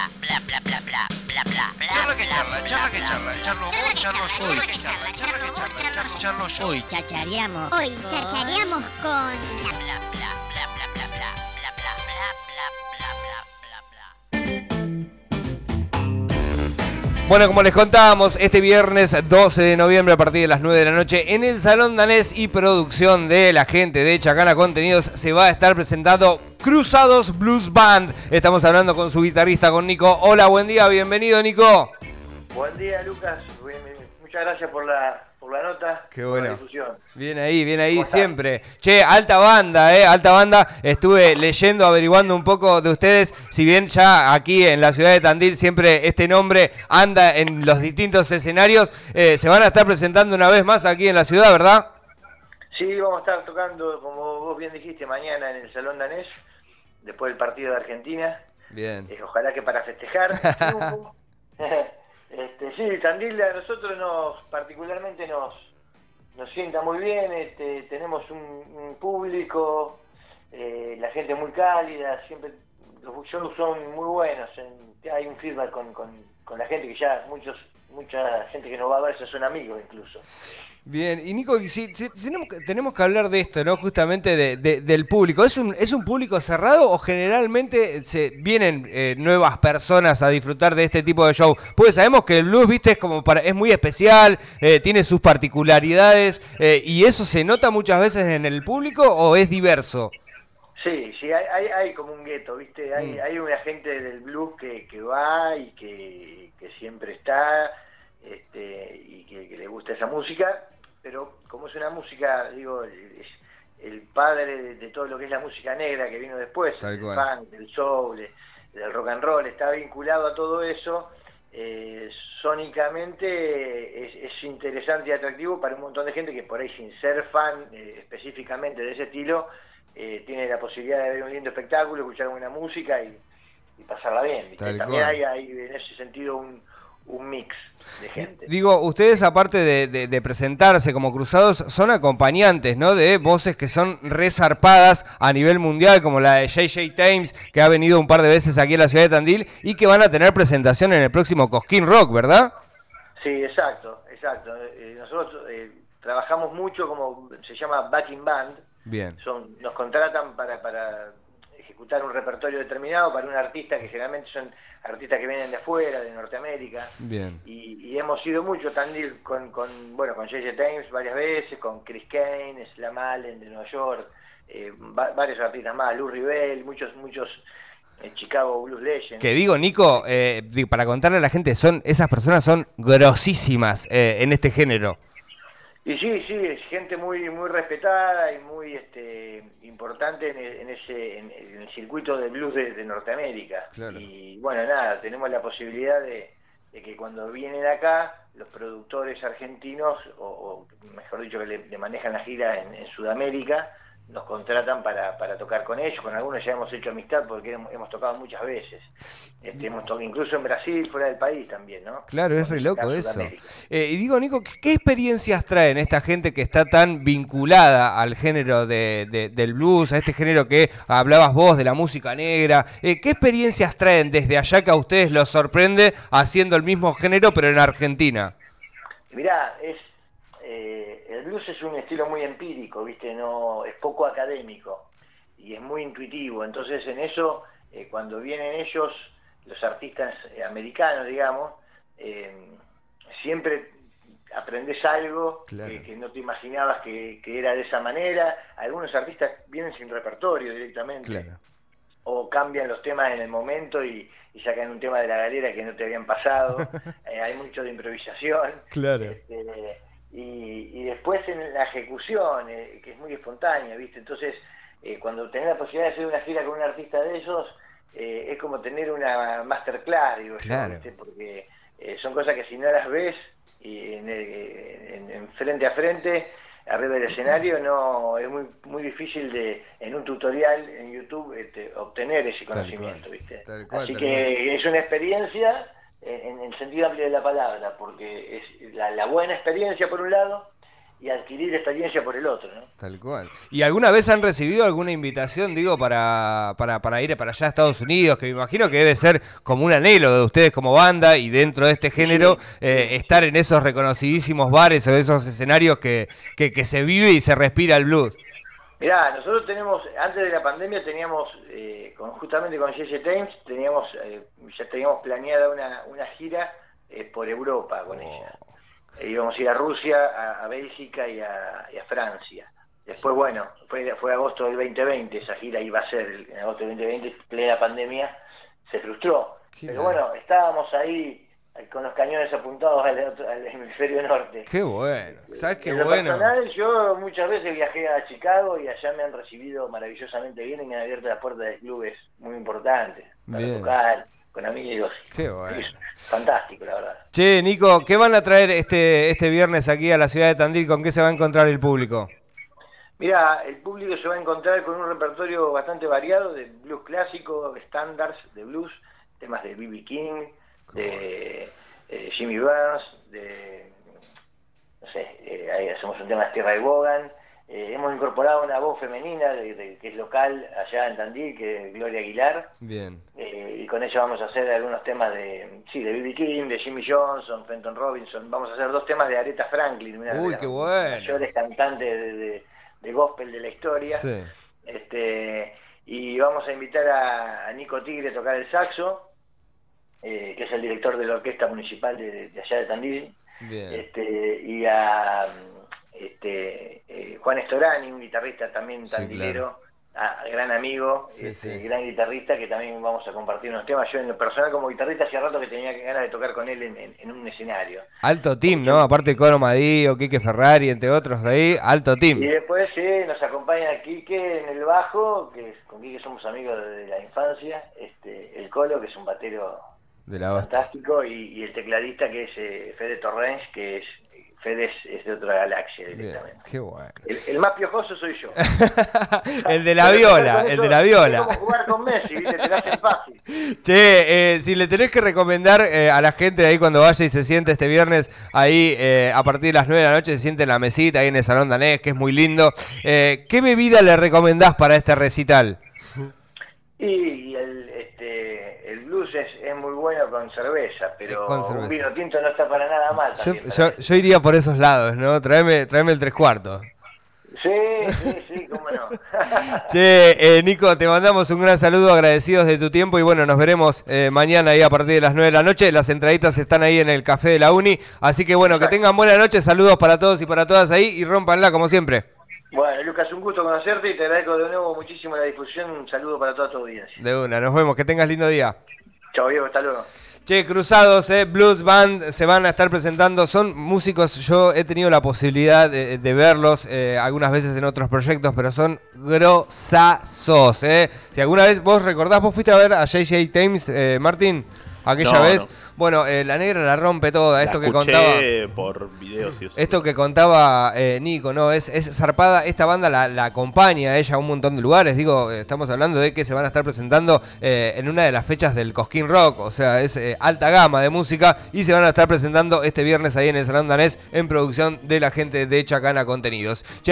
bla bla bla bla bla bla bla. Charla que charla, charla que charla, charlo vos, charlo yo, charla que charla, charla que charla, charlo yo. Hoy chachareamos. Hoy chachareamos con Bla bla bla bla bla bla bla bla bla bla bla bla bla bla. Bueno, como les contábamos, este viernes 12 de noviembre a partir de las 9 de la noche en el Salón Danés y producción de la gente de Chacana Contenidos se va a estar presentando Cruzados Blues Band. Estamos hablando con su guitarrista, con Nico. Hola, buen día, bienvenido, Nico. Buen día, Lucas. Muchas gracias por la nota. Qué por bueno. la difusión. Bien ahí, ¿Cómo siempre. Che, alta banda, alta banda. Estuve leyendo, averiguando un poco de ustedes. Si bien ya aquí en la ciudad de Tandil siempre este nombre anda en los distintos escenarios, se van a estar presentando una vez más aquí en la ciudad, ¿verdad? Sí, vamos a estar tocando, como vos bien dijiste, mañana en el Salón Danés, después del partido de Argentina. Bien. Ojalá que para festejar. Sí, Tandil a nosotros particularmente nos sienta muy bien, tenemos un público, la gente muy cálida, siempre los shows son muy buenos, hay un feedback con la gente que ya mucha gente que nos va a ver son amigos incluso. Bien, y Nico, tenemos que hablar de esto, ¿no? Justamente del público. ¿Es un público cerrado o generalmente vienen nuevas personas a disfrutar de este tipo de show? Pues sabemos que el blues, viste, es muy especial, tiene sus particularidades, y eso se nota muchas veces en el público, ¿o es diverso? Sí, hay como un gueto, ¿viste? Hay una gente del blues que va y que siempre está, y que le gusta esa música, pero como es una música, digo, es el padre de todo lo que es la música negra que vino después, el funk, del soul, del rock and roll, está vinculado a todo eso. Sónicamente es interesante y atractivo para un montón de gente que por ahí, sin ser fan específicamente de ese estilo, tiene la posibilidad de ver un lindo espectáculo, escuchar buena música y pasarla bien, ¿viste? También hay en ese sentido un mix de gente. Digo, ustedes aparte de presentarse como Cruzados, son acompañantes, ¿no? De voces que son resarpadas a nivel mundial, como la de JJ Thames, que ha venido un par de veces aquí en la ciudad de Tandil, y que van a tener presentación en el próximo Cosquín Rock, ¿verdad? Sí, exacto. Nosotros trabajamos mucho, como se llama backing band. Bien. Nos contratan para ejecutar un repertorio determinado para un artista, que generalmente son artistas que vienen de afuera, de Norteamérica. Bien. Y hemos ido mucho Tandil con J.J. Thames varias veces, con Chris Kane, Slam Allen de Nueva York, varios artistas más, Lou Rebel, muchos Chicago Blues Legends. Que digo, Nico, para contarle a la gente, esas personas son grosísimas en este género. Y sí, es gente muy respetada y muy importante en el circuito de blues de Norteamérica. Claro. Y bueno, nada, tenemos la posibilidad de que cuando vienen acá, los productores argentinos, o mejor dicho, que le manejan la gira en Sudamérica, nos contratan para tocar con ellos. Con algunos ya hemos hecho amistad porque hemos tocado muchas veces. Hemos tocado incluso en Brasil, fuera del país también, ¿no? Claro, es re loco eso. Y digo, Nico, ¿qué experiencias traen esta gente que está tan vinculada al género del blues, a este género que hablabas vos, de la música negra? ¿Qué experiencias traen desde allá que a ustedes los sorprende haciendo el mismo género pero en Argentina? Mirá, el blues es un estilo muy empírico, ¿viste? No, es poco académico y es muy intuitivo. Entonces, en eso, cuando vienen ellos, los artistas americanos, digamos, siempre aprendes algo. Claro. que no te imaginabas que era de esa manera. Algunos artistas vienen sin repertorio directamente. Claro. O cambian los temas en el momento y sacan un tema de la galera que no te habían pasado. Hay mucho de improvisación. Claro. Y después en la ejecución, que es muy espontánea, ¿viste? Entonces, cuando tenés la posibilidad de hacer una gira con un artista de esos, es como tener una masterclass, digo yo, ¿viste? Porque son cosas que si no las ves en frente a frente, arriba del escenario, no es muy difícil en un tutorial en YouTube obtener ese conocimiento, ¿viste? Así que es una experiencia en el sentido amplio de la palabra, porque es la buena experiencia por un lado, y adquirir experiencia por el otro, ¿no? Tal cual. ¿Y alguna vez han recibido alguna invitación, digo, para ir para allá a Estados Unidos? Que me imagino que debe ser como un anhelo de ustedes como banda y dentro de este género, estar en esos reconocidísimos bares o esos escenarios que se vive y se respira el blues. Mirá, nosotros antes de la pandemia teníamos, justamente con Jesse Thames, ya teníamos planeada una gira por Europa con ella. Íbamos a ir a Rusia, a Bélgica y a Francia. Después, bueno, fue agosto del 2020, esa gira iba a ser en agosto del 2020, plena pandemia, se frustró. Pero bueno, estábamos ahí con los cañones apuntados al hemisferio norte. Qué bueno, ¿sabes qué bueno? Personal, yo muchas veces viajé a Chicago y allá me han recibido maravillosamente bien y me han abierto las puertas de clubes muy importantes para tocar con amigos. Qué bueno. Es fantástico, la verdad. Che, Nico, ¿qué van a traer este viernes aquí a la ciudad de Tandil? ¿Con qué se va a encontrar el público? Mira, el público se va a encontrar con un repertorio bastante variado de blues clásico, estándares de blues, temas de B.B. King, de Jimmy Burns, ahí hacemos un tema de Tierra de Bogan. Hemos incorporado una voz femenina que es local allá en Tandil, que es Gloria Aguilar. Bien. Y con ella vamos a hacer algunos temas de B.B. King, de Jimmy Johnson, Fenton Robinson. Vamos a hacer 2 temas de Aretha Franklin, una Uy, de qué las bueno. mayores cantantes de gospel de la historia. Sí. Y vamos a invitar a Nico Tigre a tocar el saxo, que es el director de la orquesta municipal de allá de Tandil. Bien. Y a Juan Estorani, un guitarrista también tandilero, gran amigo, gran guitarrista, que también vamos a compartir unos temas. Yo en lo personal como guitarrista hacía rato que tenía ganas de tocar con él en un escenario. Alto team, ¿no? Aparte de Coro Madío, Quique Ferrari, entre otros ahí, alto team. Y después nos acompaña Quique en el bajo, con Quique somos amigos desde la infancia, el Colo, que es un batero de la fantástico, y el tecladista que es Fede Torrens, que Fede es de otra galaxia directamente. Bien, qué bueno. El más piojoso soy yo. el de la viola. Es como jugar con Messi, ¿viste? Te la hacen fácil. Che, si le tenés que recomendar a la gente de ahí cuando vaya y se siente este viernes, ahí a partir de las 9 de la noche se siente en la mesita, ahí en el Salón Danés, que es muy lindo. ¿Qué bebida le recomendás para este recital? Y el blues es muy bueno con cerveza, pero un vino tinto no está para nada mal también. Yo iría por esos lados, ¿no? Traeme el 3/4. Sí, cómo no. Che, Nico, te mandamos un gran saludo, agradecidos de tu tiempo y bueno, nos veremos mañana ahí a partir de las 9 de la noche. Las entraditas están ahí en el Café de la Uni, así que bueno, que tengan buena noche, saludos para todos y para todas ahí y rómpanla como siempre. Bueno, Lucas, un gusto conocerte y te agradezco de nuevo muchísimo la difusión. Un saludo para toda tu audiencia. De una, nos vemos, que tengas lindo día. Chao, Diego, hasta luego. Che, Cruzados, Blues Band, se van a estar presentando, son músicos, yo he tenido la posibilidad de verlos algunas veces en otros proyectos, pero son grosazos, Si alguna vez vos recordás, vos fuiste a ver a J.J. Thames, Martín, aquella vez. No. Bueno, la negra la rompe toda, esto que contaba. Por videos y eso. Esto que contaba Nico, ¿no? Es zarpada, esta banda la acompaña a ella a un montón de lugares. Digo, estamos hablando de que se van a estar presentando en una de las fechas del Cosquín Rock, o sea, es alta gama de música y se van a estar presentando este viernes ahí en el Salón Danés en producción de la gente de Chacana Contenidos.